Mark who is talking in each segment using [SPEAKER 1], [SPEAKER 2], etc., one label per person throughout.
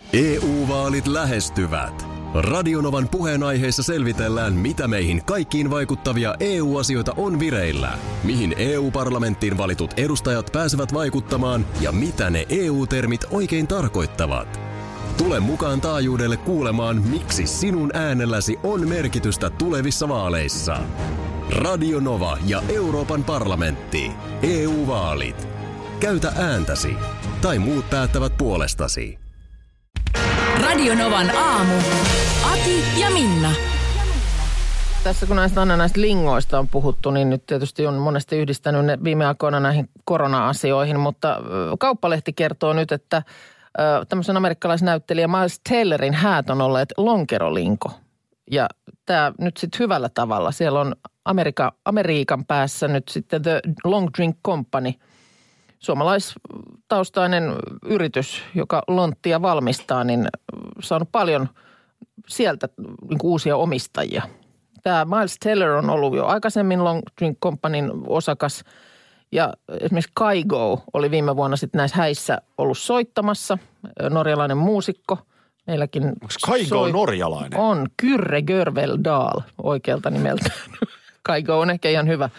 [SPEAKER 1] EU-vaalit lähestyvät. Radionovan puheenaiheessa selvitellään, mitä meihin kaikkiin vaikuttavia EU-asioita on vireillä, mihin EU-parlamenttiin valitut edustajat pääsevät vaikuttamaan ja mitä ne EU-termit oikein tarkoittavat. Tule mukaan taajuudelle kuulemaan, miksi sinun äänelläsi on merkitystä tulevissa vaaleissa. Radio Nova ja Euroopan parlamentti. EU-vaalit. Käytä ääntäsi. Tai muut päättävät puolestasi.
[SPEAKER 2] Radio Novan aamu. Ati ja Minna.
[SPEAKER 3] Tässä kun näistä lingoista on puhuttu, niin nyt tietysti on monesti yhdistänyt ne viime aikoina näihin korona-asioihin, mutta Kauppalehti kertoo nyt, että tämmöisen amerikkalaisnäyttelijä Miles Tellerin häät on olleet lonkerolinko. Ja tämä nyt sitten hyvällä tavalla. Siellä on Amerikan päässä nyt sitten The Long Drink Company, suomalaistaustainen yritys, joka lonttia valmistaa, niin saanut paljon sieltä niin kuin uusia omistajia. Tämä Miles Teller on ollut jo aikaisemmin Long Drink Companyn osakas ja esimerkiksi Kygo oli viime vuonna sitten näissä häissä ollut soittamassa, norjalainen muusikko. Meilläkin
[SPEAKER 4] onko Kygo norjalainen?
[SPEAKER 3] On, Kyrre Görveldal oikealta nimeltään. Kygo on ehkä ihan hyvä.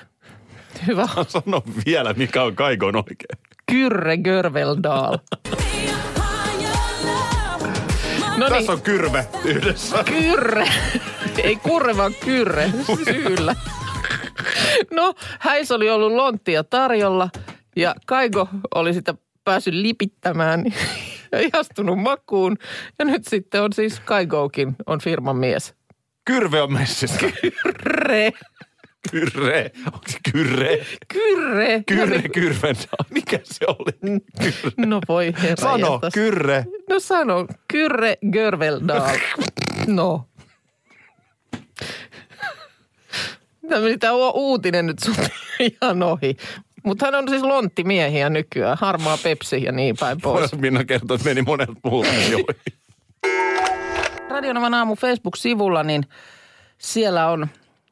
[SPEAKER 4] Sano vielä, mikä on Kygon oikein.
[SPEAKER 3] Kyrre Görveldal.
[SPEAKER 4] No tässä on Kyrve yhdessä.
[SPEAKER 3] Kyrre. Ei kurre, vaan Kyrre. Syyllä. No, häissä oli ollut lonttia tarjolla ja Kygo oli sitä päässyt lipittämään ja ihastunut makuun. Ja nyt sitten on siis Kygokin on firman mies.
[SPEAKER 4] Kyrve on messissä.
[SPEAKER 3] Kyrre.
[SPEAKER 4] Kyrre. Onko se Kyrre?
[SPEAKER 3] Kyrre.
[SPEAKER 4] Kyrvendal. Mikä se oli? Kyrre.
[SPEAKER 3] No voi herra.
[SPEAKER 4] Sano,
[SPEAKER 3] jästäs.
[SPEAKER 4] Kyrre.
[SPEAKER 3] No sano, Kyrre Görveldal. No. Tämä on uutinen nyt sun ihan ohi. Mutta hän on siis lonttimiehiä nykyään. Harmaa Pepsi ja niin päin pois.
[SPEAKER 4] Minna kertoi, että meni monelta muulta joihin.
[SPEAKER 3] Radio Novan aamu Facebook-sivulla, niin siellä on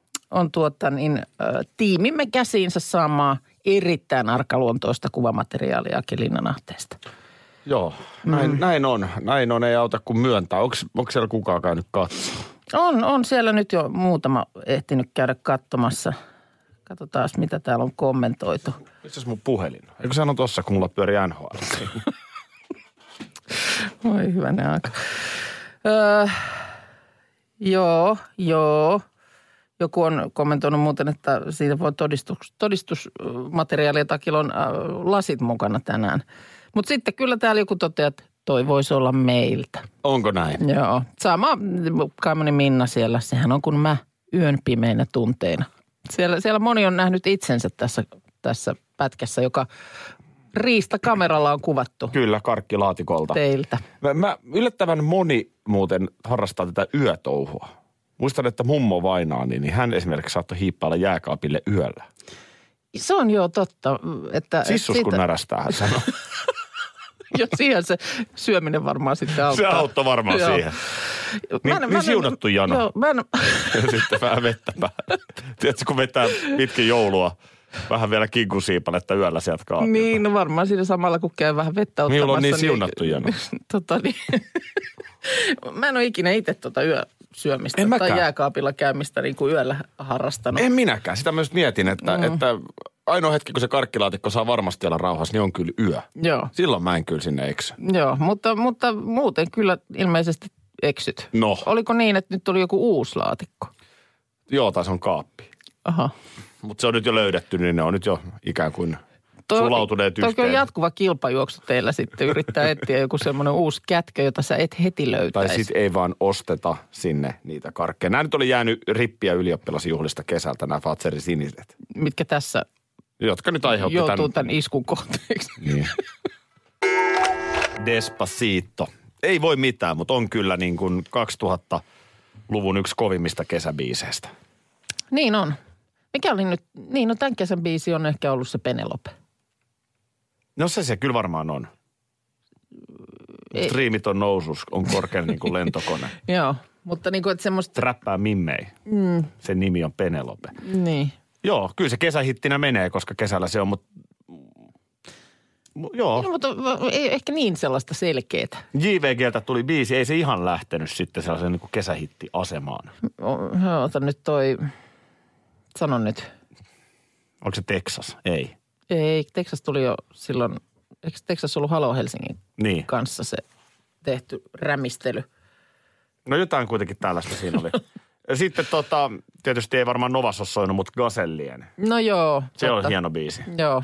[SPEAKER 3] tiimimme käsiinsä saamaa erittäin arkaluontoista kuvamateriaalia Linnanahteesta.
[SPEAKER 4] Joo, näin on, ei auta kuin myöntää. Onko siellä kukaan käynyt katsoa?
[SPEAKER 3] On siellä nyt jo muutama ehtinyt käydä katsomassa. Katsotaan, mitä täällä on kommentoitu.
[SPEAKER 4] Missä mun puhelin? Eikö se on tossa, kun mulla pyörii NHL?
[SPEAKER 3] Oi hyvänä aika. Joo. Joku on kommentoinut muuten, että siitä voi todistusmateriaalia takilla on lasit mukana tänään. Mutta sitten kyllä täällä joku toteaa, että toi voisi olla meiltä.
[SPEAKER 4] Onko näin?
[SPEAKER 3] Joo. Sama Kaimani Minna siellä, sehän on kuin mä yön pimeinä tunteina. Siellä moni on nähnyt itsensä tässä pätkässä, joka riistakameralla on kuvattu.
[SPEAKER 4] Kyllä, karkkilaatikolta.
[SPEAKER 3] Teiltä.
[SPEAKER 4] Mä yllättävän moni muuten harrastaa tätä yötouhua. Muistan, että mummo vainaani, niin hän esimerkiksi saattoi hiippailla jääkaapille yöllä. Se
[SPEAKER 3] on joo totta. Että
[SPEAKER 4] sissus kun närästää, hän sanoo.
[SPEAKER 3] Joo, siihen se syöminen varmaan sitten auttaa.
[SPEAKER 4] Se auttoi varmaan siihen. Niin siunattu jano.
[SPEAKER 3] Joo,
[SPEAKER 4] ja sitten vähän vettä päälle. Tiedätkö, kun vetää pitkin joulua, vähän vielä kinkusiipaletta yöllä sieltä kaapilta.
[SPEAKER 3] Niin, no varmaan siinä samalla kun käy vähän vettä ottamassa.
[SPEAKER 4] Minulla on niin siunattu jano.
[SPEAKER 3] Mä en ole ikinä itse yösyömistä tai jääkaapilla käymistä niin kuin yöllä harrastanut.
[SPEAKER 4] En minäkään. Sitä myös mietin, että ainoa hetki, kun se karkkilaatikko saa varmasti olla rauhassa, niin on kyllä yö.
[SPEAKER 3] Joo.
[SPEAKER 4] Silloin mä en kyllä sinne eksy.
[SPEAKER 3] Joo, mutta muuten kyllä ilmeisesti eksyt.
[SPEAKER 4] No.
[SPEAKER 3] Oliko niin, että nyt tuli joku uusi laatikko?
[SPEAKER 4] Joo, tai se on kaappi.
[SPEAKER 3] Aha.
[SPEAKER 4] Mutta se on nyt jo löydetty, niin ne on nyt jo ikään kuin sulautuneet yhteen.
[SPEAKER 3] Toki on jatkuva kilpajuoksu teillä sitten yrittää etsiä joku semmoinen uusi kätkö, jota sä et heti löytäisi.
[SPEAKER 4] Tai sitten ei vaan osteta sinne niitä karkkeja. Nämä nyt oli jäänyt rippiä ylioppilasjuhlista kesältä, nämä Fatserin siniset.
[SPEAKER 3] Mitkä tässä
[SPEAKER 4] jotka nyt aiheutti
[SPEAKER 3] joutuu tämän iskun kohteeksi.
[SPEAKER 4] Niin. Despacito. Ei voi mitään, mutta on kyllä niin kuin 2000-luvun yksi kovimmista kesäbiiseistä.
[SPEAKER 3] Niin on. Mikä oli nyt? Niin, no tämän kesän biisi on ehkä ollut se Penelope.
[SPEAKER 4] No se kyllä varmaan on. Striimit on nousus, on korkein niin kuin lentokone.
[SPEAKER 3] Joo, mutta niin kuin, että semmoista
[SPEAKER 4] Räppää Mimmei. Sen nimi on Penelope.
[SPEAKER 3] Niin.
[SPEAKER 4] Joo, kyllä se kesähittinä menee, koska kesällä se on, mutta Joo.
[SPEAKER 3] No, mutta ei ehkä niin sellaista selkeätä.
[SPEAKER 4] JVGltä tuli biisi, ei se ihan lähtenyt sitten sellaisen niin kuin kesähitti-asemaan.
[SPEAKER 3] Ota nyt sano nyt.
[SPEAKER 4] Onko se Texas? Ei.
[SPEAKER 3] Ei, Texas tuli jo silloin, eikö Texas ollut Halo Helsingin kanssa se tehty rämistely?
[SPEAKER 4] No jotain kuitenkin tällaista siinä oli. Sitten tietysti ei varmaan Novas ole soinut, mutta Gazellien.
[SPEAKER 3] No joo.
[SPEAKER 4] Se on hieno biisi.
[SPEAKER 3] Joo.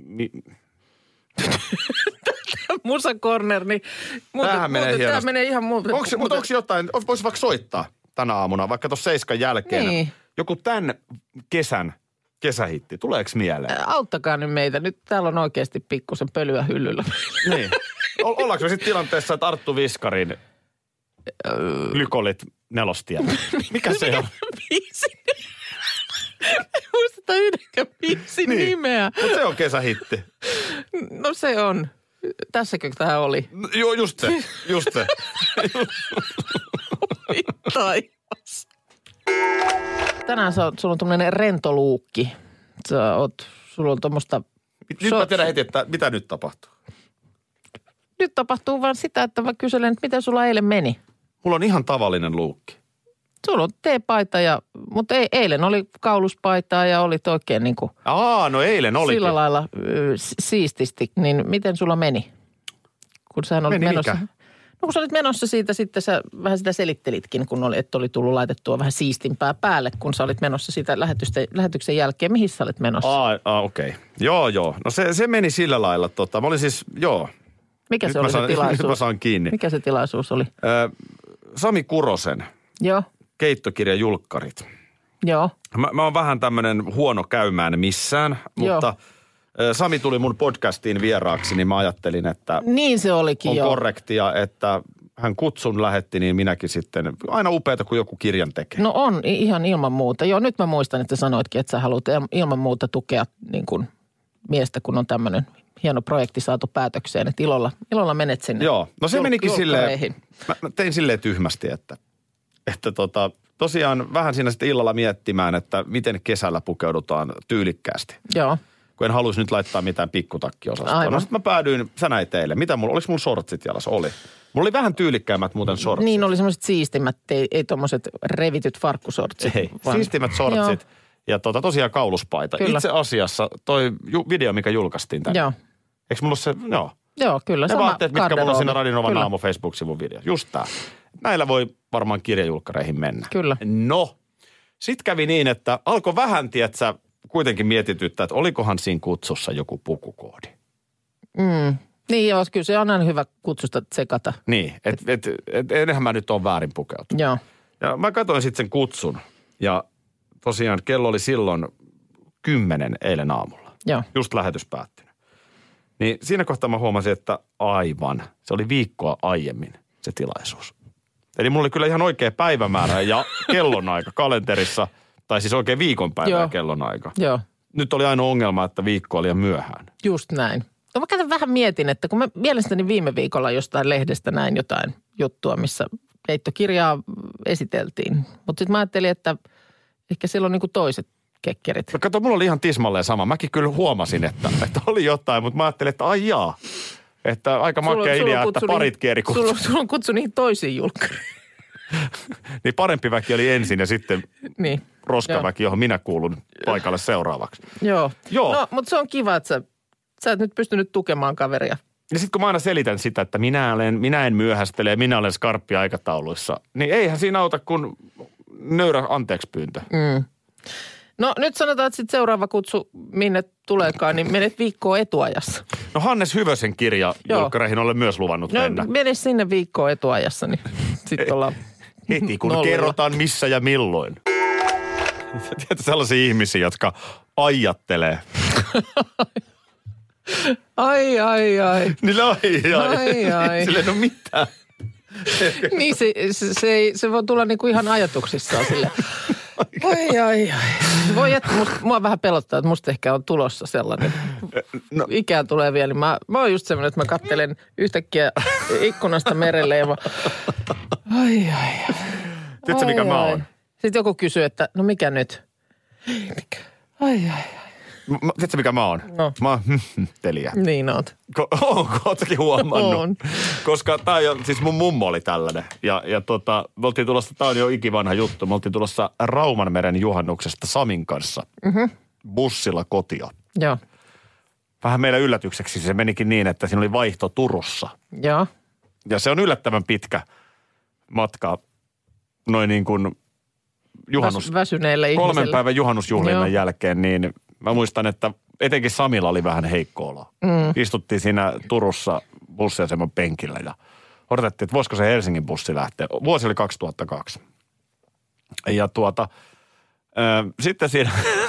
[SPEAKER 3] Musa Corner, niin
[SPEAKER 4] Tämähän menee hienosti.
[SPEAKER 3] Tämä menee ihan muuten.
[SPEAKER 4] Mutta onko jotain, voisi vaikka soittaa tänä aamuna, vaikka tuossa 7 jälkeen.
[SPEAKER 3] Niin.
[SPEAKER 4] Joku tämän kesän kesähitti, tuleeko mieleen?
[SPEAKER 3] Auttakaa nyt meitä. Nyt täällä on oikeasti pikkusen pölyä hyllyllä.
[SPEAKER 4] Niin. Ollaanko me sitten tilanteessa, että Arttu Viskarin Glykolit 4. Mikä se on?
[SPEAKER 3] Biisi. Ei muisteta yhdenkään biisin nimeä.
[SPEAKER 4] Mutta se on kesähitti.
[SPEAKER 3] No se on. Tässäkö tämä oli?
[SPEAKER 4] No, joo, just se.
[SPEAKER 3] Taivas. Tänään sulla on tämmöinen rentoluukki. Sulla on tuommoista...
[SPEAKER 4] Nyt mä tiedän heti, että mitä nyt tapahtuu.
[SPEAKER 3] Nyt tapahtuu vaan sitä, että mä kyselen, että miten sulla eilen meni.
[SPEAKER 4] Mulla on ihan tavallinen luukki.
[SPEAKER 3] Sulla on teepaita mutta eilen oli kauluspaitaa ja olit oikein niin kuin...
[SPEAKER 4] No eilen olikin.
[SPEAKER 3] Sillä lailla siististi. Niin miten sulla meni? Kun sä olit menossa...
[SPEAKER 4] Mikä?
[SPEAKER 3] No kun sä olit menossa siitä, sitten sä vähän sitä selittelitkin, että oli tullut laitettua vähän siistimpää päälle, kun sä olit menossa siitä lähetyksen jälkeen. Mihin sä olit menossa?
[SPEAKER 4] Okei. Okay. Joo. No se meni sillä lailla. Mä olin siis,
[SPEAKER 3] Mikä se oli se tilaisuus?
[SPEAKER 4] Nyt mä saan kiinni.
[SPEAKER 3] Mikä se tilaisuus oli?
[SPEAKER 4] Sami Kurosen.
[SPEAKER 3] Joo.
[SPEAKER 4] Keittokirja Julkkarit.
[SPEAKER 3] Joo.
[SPEAKER 4] Mä oon vähän tämmönen huono käymään missään, mutta Sami tuli mun podcastiin vieraaksi, niin mä ajattelin, että
[SPEAKER 3] niin se olikin
[SPEAKER 4] on korrektia, että hän kutsun lähetti, niin minäkin sitten, aina upeata, kun joku kirjan tekee.
[SPEAKER 3] No on, ihan ilman muuta. Joo, nyt mä muistan, että sanoitkin, että sä haluat ilman muuta tukea niin kuin miestä, kun on tämmöinen hieno projekti saatu päätökseen, että ilolla menet sinne.
[SPEAKER 4] Joo, no se menikin silleen, mä tein silleen tyhmästi, että tosiaan vähän siinä sitten illalla miettimään, että miten kesällä pukeudutaan tyylikkäästi.
[SPEAKER 3] Joo.
[SPEAKER 4] Kun en haluaisi nyt laittaa mitään pikkutakkiosasta. No sitten mä päädyin, sä näit teille. Oliko mun shortsit jalassa? Oli. Mulla oli vähän tyylikkäämmät muuten shortsit.
[SPEAKER 3] Niin, oli semmoiset siistimmät, ei tommoset revityt farkkusortsit.
[SPEAKER 4] Ei, siistimmät shortsit. Joo. Ja tosiaan kauluspaita. Kyllä. Itse asiassa toi video, mikä julkaistiin tänne.
[SPEAKER 3] Joo.
[SPEAKER 4] Eikö mulla se,
[SPEAKER 3] Joo, kyllä.
[SPEAKER 4] Ne vaatteet, mitkä mulla on siinä Radio Novan aamu Facebook-sivun video. Just tää. Näillä voi varmaan kirjajulkkareihin mennä.
[SPEAKER 3] Kyllä.
[SPEAKER 4] No, sit kävi niin, että alkoi vähän, tietsä, kuitenkin mietityttää, että olikohan siinä kutsussa joku pukukoodi.
[SPEAKER 3] Niin joo, kyllä se on aina hyvä kutsusta tsekata.
[SPEAKER 4] Niin, enhän mä nyt ole väärin pukeutunut.
[SPEAKER 3] Joo.
[SPEAKER 4] Ja mä katsoin sitten sen kutsun ja tosiaan kello oli silloin 10 eilen aamulla.
[SPEAKER 3] Joo.
[SPEAKER 4] Just lähetys päättynyt. Niin siinä kohtaa mä huomasin, että aivan, se oli viikkoa aiemmin se tilaisuus. Eli mulla oli kyllä ihan oikea päivämäärä ja kellonaika kalenterissa, tai siis oikein viikonpäivä ja kellonaika.
[SPEAKER 3] Joo.
[SPEAKER 4] Nyt oli ainoa ongelma, että viikko oli liian myöhään.
[SPEAKER 3] Just näin. No mä vähän mietin, että kun mä mielestäni viime viikolla jostain lehdestä näin jotain juttua, missä keittokirjaa esiteltiin. Mutta sitten mä ajattelin, että ehkä siellä on niinku toiset kekkerit.
[SPEAKER 4] No kato, mulla oli ihan tismalleen sama. Mäkin kyllä huomasin, että oli jotain, mutta mä ajattelin, että ai jaa. Että aika makea idea, että parit kieri kutsu.
[SPEAKER 3] Sulla on kutsu niihin toisiin julkkariin.
[SPEAKER 4] Niin parempi väki oli ensin ja sitten
[SPEAKER 3] niin.
[SPEAKER 4] roskaväki, johon minä kuulun paikalle seuraavaksi.
[SPEAKER 3] Joo. No, mutta se on kiva, että sä et nyt pystynyt tukemaan kaveria.
[SPEAKER 4] Ja sitten kun mä aina selitän sitä, että minä en myöhästele ja minä olen skarppi aikatauluissa, niin eihän siinä auta kuin nöyrä anteeksipyyntö.
[SPEAKER 3] No nyt sanotaan, että sitten seuraava kutsu, minne tuleekaan, niin menet viikkoa etuajassa.
[SPEAKER 4] No Hannes Hyvösen kirja julkkareihin olen myös luvannut mennä.
[SPEAKER 3] Mene sinne viikkoa etuajassa, niin sitten ollaan
[SPEAKER 4] heti kun nollilla. Kerrotaan missä ja milloin. Tiedätkö sellaisia ihmisiä, jotka ajattelee.
[SPEAKER 3] Ai.
[SPEAKER 4] Niin ai. Silleen no mitä?
[SPEAKER 3] Niin se voi tulla niinku ihan ajatuksissaan sille. Ai. Voi että mua vähän pelottaa, että musta ehkä on tulossa sellainen. No. Ikää tulee vielä, niin mä oon just semmoinen, että mä katselen yhtäkkiä ikkunasta merelle ja ai.
[SPEAKER 4] Tiedätkö mikä mä oon?
[SPEAKER 3] Sitten joku kysyy, että no mikä nyt? Mikä? Ai.
[SPEAKER 4] Tiedätkö mikä mä oon?
[SPEAKER 3] No.
[SPEAKER 4] Mä oon teliä.
[SPEAKER 3] Niin oot.
[SPEAKER 4] Ootkin huomannut?
[SPEAKER 3] On.
[SPEAKER 4] Koska tää on jo, siis mun mummo oli tällainen. Ja me oltiin tulossa, tää on jo ikivanha juttu, me oltiin tulossa Raumanmeren juhannuksesta Samin kanssa bussilla kotia.
[SPEAKER 3] Joo.
[SPEAKER 4] Vähän meidän yllätykseksi se menikin niin, että siinä oli vaihto Turussa.
[SPEAKER 3] Joo.
[SPEAKER 4] Ja se on yllättävän pitkä matka noin niin kuin
[SPEAKER 3] väsyneelle ihmiselle.
[SPEAKER 4] 3 päivän juhannusjuhlinnan jälkeen, niin mä muistan, että etenkin Samilla oli vähän heikko olo. Istuttiin siinä Turussa bussiaseman penkillä ja odotettiin, että voisiko se Helsingin bussi lähteä. Vuosi oli 2002. Ja sitten siinä,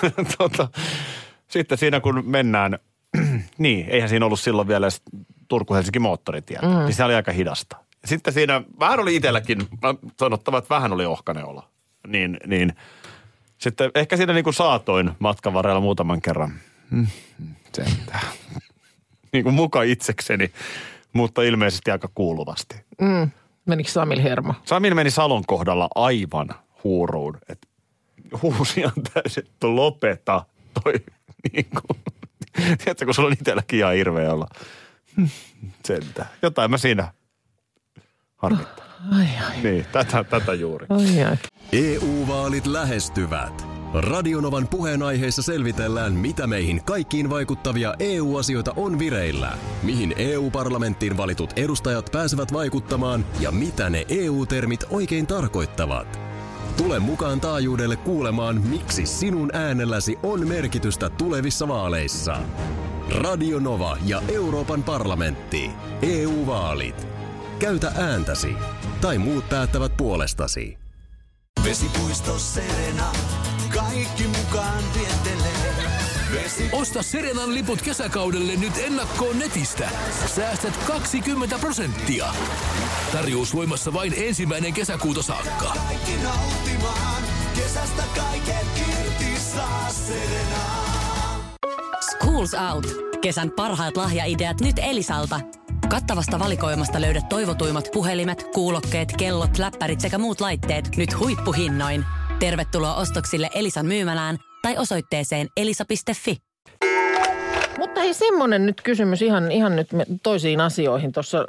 [SPEAKER 4] sitten siinä kun mennään, niin eihän siinä ollut silloin vielä Turku-Helsinki moottoritietä, niin se oli aika hidasta. Sitten siinä vähän oli itselläkin, sanottava, että vähän oli ohkainen olo. Niin sitten ehkä siinä niin kuin saatoin matkan varrella muutaman kerran. Sentään. Niin kuin muka itsekseni, mutta ilmeisesti aika kuuluvasti.
[SPEAKER 3] Menikö Samil hermo?
[SPEAKER 4] Samil meni Salon kohdalla aivan huuruun. Että huusi ihan täysin, että lopeta toi niin kuin. Tiedätkö, kun sulla on itselläkin ihan hirveä olla. Sentään. Jotain mä siinä harmittaa.
[SPEAKER 3] Ai.
[SPEAKER 4] Niin, tätä juuri.
[SPEAKER 3] Ai.
[SPEAKER 1] EU-vaalit lähestyvät. Radionovan puheenaiheessa selvitellään, mitä meihin kaikkiin vaikuttavia EU-asioita on vireillä, mihin EU-parlamenttiin valitut edustajat pääsevät vaikuttamaan ja mitä ne EU-termit oikein tarkoittavat. Tule mukaan taajuudelle kuulemaan, miksi sinun äänelläsi on merkitystä tulevissa vaaleissa. Radio Nova ja Euroopan parlamentti. EU-vaalit. Käytä ääntäsi. Tai muut päättävät puolestasi.
[SPEAKER 5] Vesipuisto Serena. Kaikki mukaan viettelee.
[SPEAKER 6] Osta Serenan liput kesäkaudelle nyt ennakkoon netistä. Säästät 20%. Tarjous voimassa vain 1. kesäkuuta saakka.
[SPEAKER 5] Kaikki nauttimaan. Kesästä kaiken irti saa Serena.
[SPEAKER 7] Schools Out. Kesän parhaat lahjaideat nyt Elisalta. Kattavasta valikoimasta löydät toivotuimmat puhelimet, kuulokkeet, kellot, läppärit sekä muut laitteet nyt huippuhinnoin. Tervetuloa ostoksille Elisan myymälään tai osoitteeseen elisa.fi.
[SPEAKER 3] Mutta hei, semmoinen nyt kysymys ihan nyt toisiin asioihin.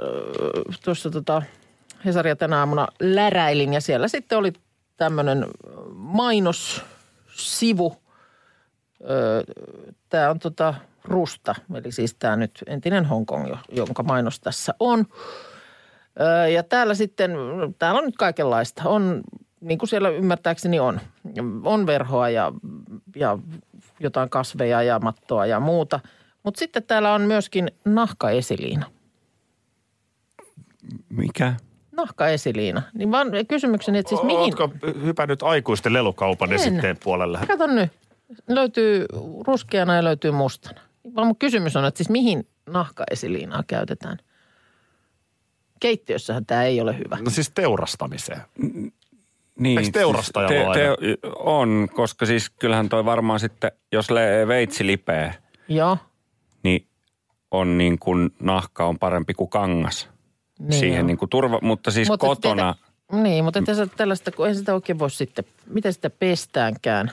[SPEAKER 3] Tuossa Hesaria tänä aamuna läräilin ja siellä sitten oli tämmöinen mainossivu. Tämä on Rusta, eli siis tämä nyt entinen Hongkong, jonka mainos tässä on. Ja täällä on nyt kaikenlaista. On, niin kuin siellä ymmärtääkseni on verhoa ja jotain kasveja ja mattoa ja muuta. Mutta sitten täällä on myöskin nahkaesiliina.
[SPEAKER 8] Mikä?
[SPEAKER 3] Nahkaesiliina. Niin vaan kysymykseni, että siis mihin...
[SPEAKER 4] Ootko hypännyt aikuisten lelukaupan esitteen puolelle?
[SPEAKER 3] Kato nyt. Löytyy ruskeana ja löytyy mustana. Vaan mun kysymys on, että siis mihin nahkaesiliinaa käytetään? Keittiössähän tämä ei ole hyvä.
[SPEAKER 4] No siis teurastamiseen.
[SPEAKER 8] Niin,
[SPEAKER 4] eikö teurastajalla aina?
[SPEAKER 8] On, koska siis kyllähän toi varmaan sitten, jos veitsi lipee,
[SPEAKER 3] Joo.
[SPEAKER 8] niin on niin kuin nahka on parempi kuin kangas.
[SPEAKER 3] Niin
[SPEAKER 8] siihen
[SPEAKER 3] on.
[SPEAKER 8] niin kuin mutta siis
[SPEAKER 3] mutta
[SPEAKER 8] kotona...
[SPEAKER 3] Niin, mutta tällaista, kun ei sitä oikein voi sitten, miten sitä pestäänkään?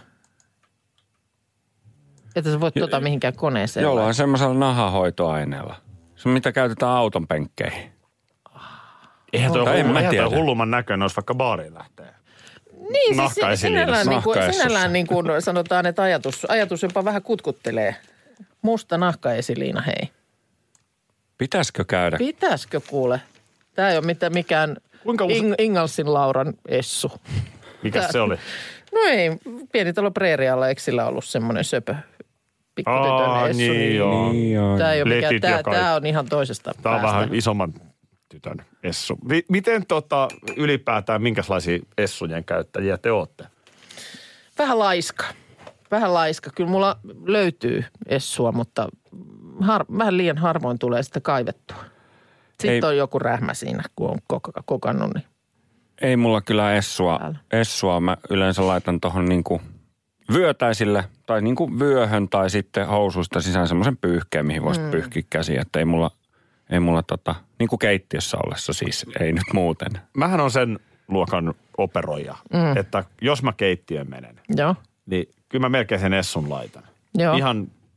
[SPEAKER 3] Että sä voit mihinkään koneeseen.
[SPEAKER 8] Jollain semmoisella nahahoitoaineella. Se mitä käytetään auton penkkeihin.
[SPEAKER 4] Eihän toi
[SPEAKER 8] tiedä.
[SPEAKER 4] hullumman näköinen, jos vaikka baariin lähtee.
[SPEAKER 3] Niin, siis sinällään niin kuin sanotaan, että ajatus jopa vähän kutkuttelee. Musta nahkaesiliina, hei.
[SPEAKER 8] Pitäisikö käydä?
[SPEAKER 3] Pitäisikö kuule? Tämä ei ole mikään Ingalsin Lauran essu.
[SPEAKER 4] Mikäs se oli?
[SPEAKER 3] No ei, Pienitalo Preerialla eikö sillä ollut semmoinen söpö pikkutytön essu?
[SPEAKER 4] Niin joo.
[SPEAKER 3] Tämä ei ole mikään, tämä on ihan toisesta päästä.
[SPEAKER 4] Tämä on vähän isomman tytön essu. Miten ylipäätään, minkälaisia essujen käyttäjiä te olette?
[SPEAKER 3] Vähän laiska. Kyllä mulla löytyy essua, mutta vähän liian harvoin tulee sitä kaivettua. Sitten on joku rähmä siinä, kun on kokannut. Niin.
[SPEAKER 8] Ei mulla kyllä essua. Mä yleensä laitan tuohon niinku vyötäisille tai niinku vyöhön tai sitten housuista sisään semmoisen pyyhkeen, mihin voisi pyyhkiä käsiä. Että ei mulla niin kuin keittiössä ollessa siis, ei nyt muuten.
[SPEAKER 4] Mähän on sen luokan operoija, että jos mä keittiöön menen,
[SPEAKER 3] Joo.
[SPEAKER 4] niin kyllä mä melkein sen essun laitan.
[SPEAKER 3] Joo.
[SPEAKER 4] Ihan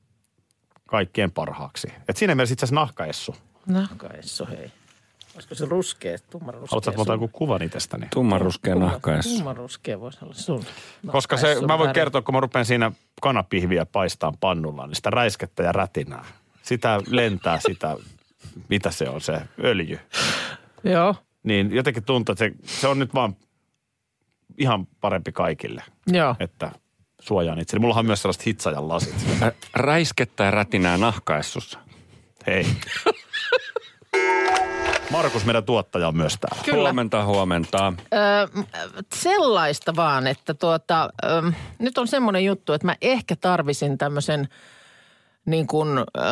[SPEAKER 4] kaikkien parhaaksi. Et siinä mielessä itse asiassa nahkaessu.
[SPEAKER 3] Nahkaessu, hei. Olisiko se ruskea, tummanruskea?
[SPEAKER 4] Haluatko ottaa jonkun kuvan itsestäni?
[SPEAKER 8] Tummanruskea nahkaessu.
[SPEAKER 3] Tummanruskea voisi olla sun.
[SPEAKER 4] Koska mä voin kertoa, kun mä rupean siinä kanapihviä paistaan pannulla, niin sitä räiskettä ja rätinää. Sitä lentää sitä, mitä se on, se öljy.
[SPEAKER 3] Joo.
[SPEAKER 4] Niin jotenkin tuntuu, että se on nyt vaan ihan parempi kaikille.
[SPEAKER 3] Joo.
[SPEAKER 4] Että suojaan itseni. Mullahan on myös sellaiset hitsajan lasit.
[SPEAKER 8] Räiskettä ja rätinää nahkaessussa.
[SPEAKER 4] Hei. Markus, meidän tuottaja on myös täällä.
[SPEAKER 3] Kyllä.
[SPEAKER 8] Huomenta.
[SPEAKER 3] Sellaista vaan, että nyt on semmoinen juttu, että mä ehkä tarvisin tämmöisen niin kuin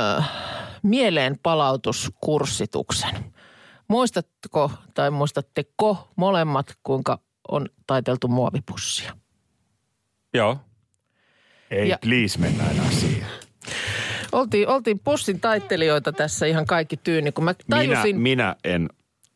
[SPEAKER 3] mieleenpalautuskurssituksen. Muistatteko tai muistatteko molemmat, kuinka on taiteltu muovipussia?
[SPEAKER 8] Joo.
[SPEAKER 4] Ei, please mennä enää siihen.
[SPEAKER 3] Oltiin pussin taittelijoita tässä ihan kaikki tyyni, kun mä tajusin...
[SPEAKER 4] Minä en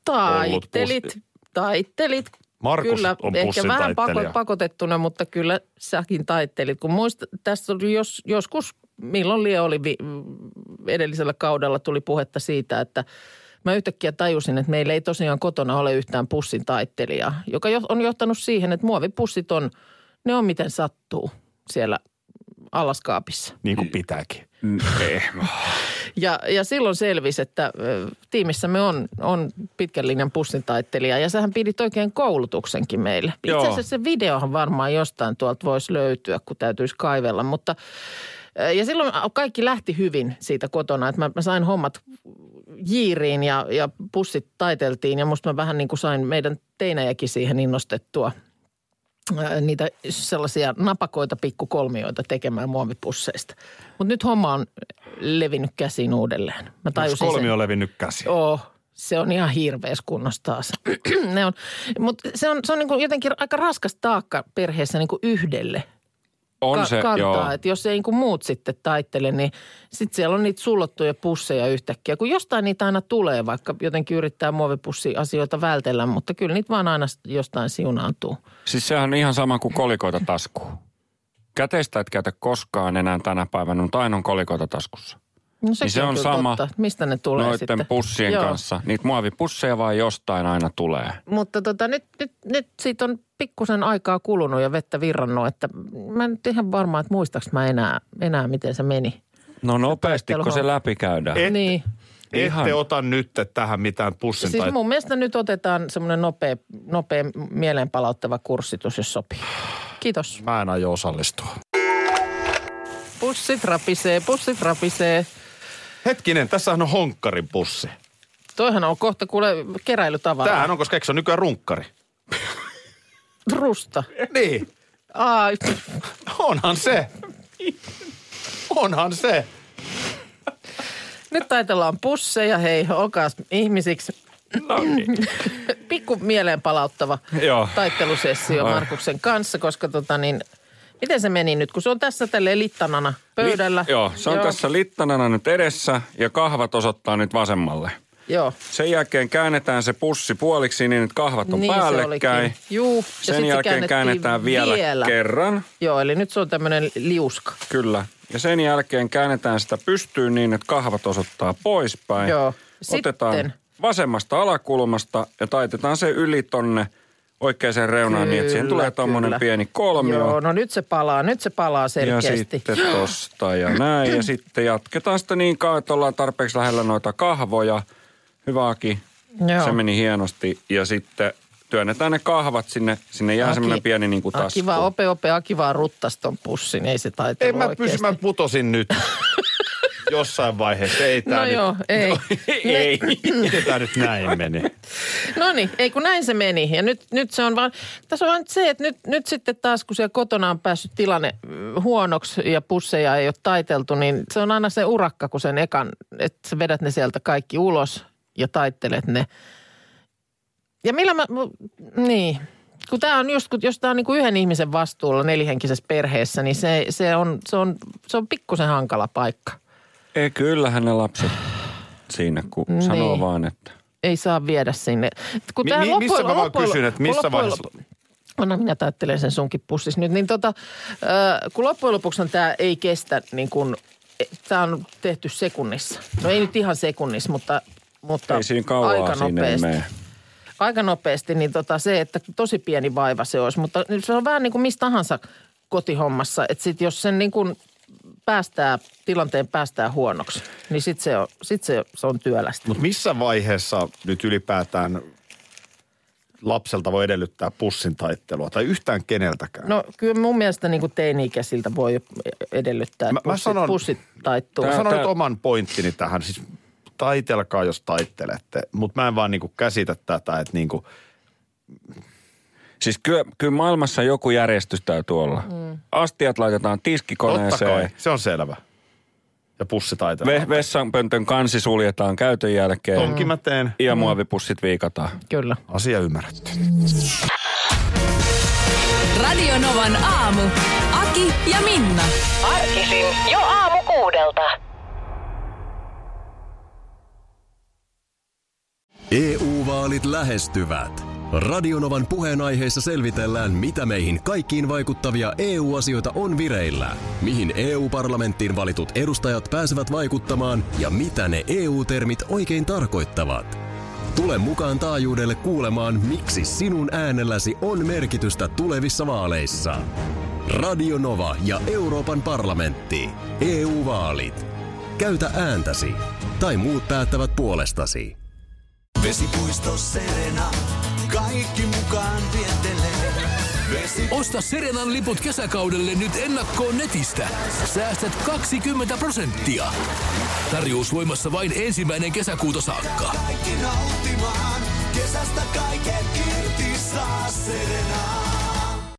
[SPEAKER 3] Taittelit.
[SPEAKER 4] Markus
[SPEAKER 3] kyllä,
[SPEAKER 4] on
[SPEAKER 3] ehkä
[SPEAKER 4] pussin
[SPEAKER 3] vähän
[SPEAKER 4] taittelija.
[SPEAKER 3] pakotettuna, mutta kyllä säkin taittelit. Kun tässä oli joskus, milloin lie oli edellisellä kaudella tuli puhetta siitä, että mä yhtäkkiä tajusin, että meillä ei tosiaan kotona ole yhtään pussin taittelijaa, joka on johtanut siihen, että muovipussit ne on miten sattuu siellä allaskaapissa.
[SPEAKER 4] Niin kuin pitääkin.
[SPEAKER 3] Ja silloin selvisi, että tiimissämme on pitkän linjan pussintaittelija ja sähän pidit oikein koulutuksenkin meille. Itse asiassa se videohan varmaan jostain tuolta voisi löytyä, kun täytyisi kaivella, mutta ja silloin kaikki lähti hyvin siitä kotona, että mä sain hommat jiiriin ja pussit taiteltiin ja musta mä vähän niin kuin sain meidän teinäjäkin siihen innostettua niitä sellaisia napakoita pikkukolmioita tekemään muovipusseista. Mutta nyt homma on levinnyt käsiin uudelleen. Mä tajusin
[SPEAKER 4] kolmio on levinnyt käsiin?
[SPEAKER 3] Se on ihan hirveässä kunnossa taas. Mutta se on niin kuin jotenkin aika raskas taakka perheessä niin kuin yhdelle.
[SPEAKER 8] On se,
[SPEAKER 3] kantaa,
[SPEAKER 8] joo.
[SPEAKER 3] että jos ei niin kuin muut sitten taittele, niin sitten siellä on niitä sullottuja pusseja yhtäkkiä. Kun jostain niitä aina tulee, vaikka jotenkin yrittää muovipussiasioita vältellä, mutta kyllä niitä vaan aina jostain siunaantuu.
[SPEAKER 8] Siis sehän on ihan sama kuin kolikoita taskuun. Käteistä et käytä koskaan enää tänä päivänä, mutta aina on kolikoita taskussa.
[SPEAKER 3] No
[SPEAKER 8] niin se on sama
[SPEAKER 3] totta. Mistä ne tulee
[SPEAKER 8] noiden
[SPEAKER 3] sitten?
[SPEAKER 8] pussien kanssa. Niitä muovipusseja vaan jostain aina tulee.
[SPEAKER 3] Mutta nyt siitä on pikkusen aikaa kulunut ja vettä virrannut, että mä en nyt ihan varma, että muistaaks mä enää miten se meni.
[SPEAKER 8] No nopeasti, kun se läpi käydään.
[SPEAKER 3] Niin.
[SPEAKER 4] Ette ota nyt tähän mitään pussin
[SPEAKER 3] Siis mun mielestä nyt otetaan semmoinen nopea mieleenpalauttava kurssitus, jos sopii. Kiitos.
[SPEAKER 4] Mä en aio osallistua.
[SPEAKER 3] Pussit rapisee.
[SPEAKER 4] Hetkinen, tässähän on honkkarin pussi.
[SPEAKER 3] Toihan on kohta kuule keräilytavaraa.
[SPEAKER 4] Tämähän on, koska eikö se on nykyään runkkari?
[SPEAKER 3] Rusta.
[SPEAKER 4] Niin.
[SPEAKER 3] Ai.
[SPEAKER 4] Onhan se.
[SPEAKER 3] Nyt taitellaan pusseja, hei, olkaas ihmisiksi.
[SPEAKER 4] No niin.
[SPEAKER 3] Pikku mieleenpalauttava taittelusessio Markuksen kanssa, koska miten se meni nyt, kun se on tässä tälleen littanana pöydällä?
[SPEAKER 8] Se on tässä littanana nyt edessä ja kahvat osoittaa nyt vasemmalle.
[SPEAKER 3] Joo.
[SPEAKER 8] Sen jälkeen käännetään se pussi puoliksi niin, että kahvat on päällekkäin.
[SPEAKER 3] Juu.
[SPEAKER 8] Sen jälkeen käännetään vielä kerran.
[SPEAKER 3] Joo, eli nyt se on tämmöinen liuska.
[SPEAKER 8] Kyllä. Ja sen jälkeen käännetään sitä pystyyn niin, että kahvat osoittaa poispäin.
[SPEAKER 3] Joo.
[SPEAKER 8] Otetaan vasemmasta alakulmasta ja taitetaan se yli tonne oikeaan reunaan niin, että siihen tulee tommonen pieni kolmio.
[SPEAKER 3] Joo, no nyt se palaa selkeästi.
[SPEAKER 8] Ja sitten tosta ja näin. Ja sitten jatketaan sitä niin kauan, että ollaan tarpeeksi lähellä noita kahvoja. Hyvä Aki. Joo. Se meni hienosti. Ja sitten työnnetään ne kahvat sinne jää semmoinen pieni niin kuin tasku.
[SPEAKER 3] Aki vaan ruttas ton pussin, ei se taitelu oikeasti.
[SPEAKER 4] Mä putosin nyt. Jossain vaiheessa. Ei tää nyt.
[SPEAKER 3] Joo, ei.
[SPEAKER 4] Ei. Miten tää nyt näin meni?
[SPEAKER 3] No niin, ei kun näin se meni. Ja nyt se on vaan, tässä on vaan se, että nyt sitten taas kun siellä kotona on päässyt tilanne huonoksi ja pusseja ei ole taiteltu, niin se on aina se urakka, kun sen ekan, että sä vedät ne sieltä kaikki ulos ja taittelet ne. Ja niin. Kun tämä on just, jos tämä on niin kuin yhden ihmisen vastuulla nelihenkisessä perheessä, niin se on pikkusen hankala paikka.
[SPEAKER 8] Ei, kyllähän ne lapset siinä, kun sanoo vaan, että
[SPEAKER 3] ei saa viedä sinne.
[SPEAKER 4] Missä mä vaan kysyn, että missä vaiheessa?
[SPEAKER 3] Anna minä tajattelen sen sunkin pussis nyt. Niin kun loppujen lopuksi tämä ei kestä niin kuin tämä on tehty sekunnissa. No ei nyt ihan sekunnissa, mutta
[SPEAKER 8] ei siinä kauaa
[SPEAKER 3] aika
[SPEAKER 8] siinä
[SPEAKER 3] nopeasti.
[SPEAKER 8] ei mene.
[SPEAKER 3] Aika nopeasti, niin se, että tosi pieni vaiva se olisi. Mutta se on vähän niin kuin missä tahansa kotihommassa, että sit jos sen niin kuin tilanteen päästää huonoksi, niin se on työlästä.
[SPEAKER 4] Mutta missä vaiheessa nyt ylipäätään lapselta voi edellyttää pussin taittelua tai yhtään keneltäkään?
[SPEAKER 3] No kyllä mun mielestä niin kuin teini-ikäisiltä voi edellyttää, että pussit taittuu.
[SPEAKER 4] Mä sanon nyt oman pointtini tähän. Siis taitelkaa, jos taittelette. Mutta mä en vaan niinku käsitä tätä, että niinku...
[SPEAKER 8] Siis kyllä maailmassa joku järjestys täytyy olla. Astiat laitetaan tiskikoneeseen.
[SPEAKER 4] Totta kai, se on selvä. Ja pussi taitellaan.
[SPEAKER 8] Vessanpöntön kansi suljetaan käytön jälkeen.
[SPEAKER 4] Tonkin mä teen.
[SPEAKER 8] Ja muovipussit viikataan.
[SPEAKER 3] Kyllä.
[SPEAKER 4] Asia ymmärretty.
[SPEAKER 2] Radio Novan aamu. Aki ja Minna.
[SPEAKER 7] Arkisin jo aamu 6:00.
[SPEAKER 1] EU-vaalit lähestyvät. Radionovan puheenaiheessa selvitellään, mitä meihin kaikkiin vaikuttavia EU-asioita on vireillä, mihin EU-parlamenttiin valitut edustajat pääsevät vaikuttamaan ja mitä ne EU-termit oikein tarkoittavat. Tule mukaan taajuudelle kuulemaan, miksi sinun äänelläsi on merkitystä tulevissa vaaleissa. Radio Nova ja Euroopan parlamentti. EU-vaalit. Käytä ääntäsi. Tai muut päättävät puolestasi.
[SPEAKER 5] Vesipuisto Serena, kaikki mukaan viettelee.
[SPEAKER 6] Osta Serenan liput kesäkaudelle nyt ennakkoon netistä. Säästät 20%. Tarjous voimassa vain 1. kesäkuuta saakka.
[SPEAKER 5] Kaikki nauttimaan, kesästä kaiken irti saa Serena.